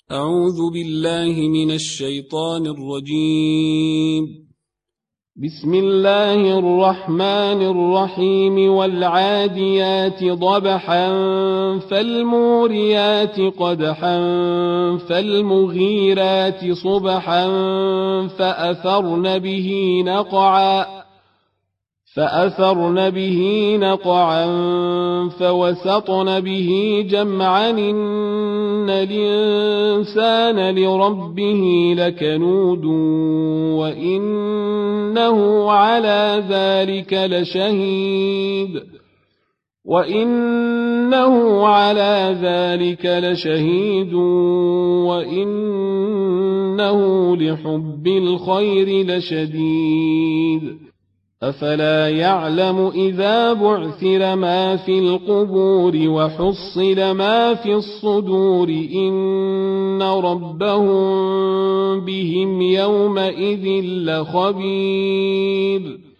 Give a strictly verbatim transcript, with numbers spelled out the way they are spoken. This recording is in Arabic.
أعوذ بالله من الشيطان الرجيم. بسم الله الرحمن الرحيم والعاديات ضبحا فالموريات قدحا فالمغيرات صبحا فأثرن به نقعا فأثرن به نقعا فوسطن به جمعا إن الإنسان لربه لكنود وإنه على ذلك لشهيد وإنه على ذلك لشهيد وإنه لحب الخير لشديد أفلا يعلم إذا بعثر ما في القبور وحصل ما في الصدور إن ربهم بهم يومئذ لخبير.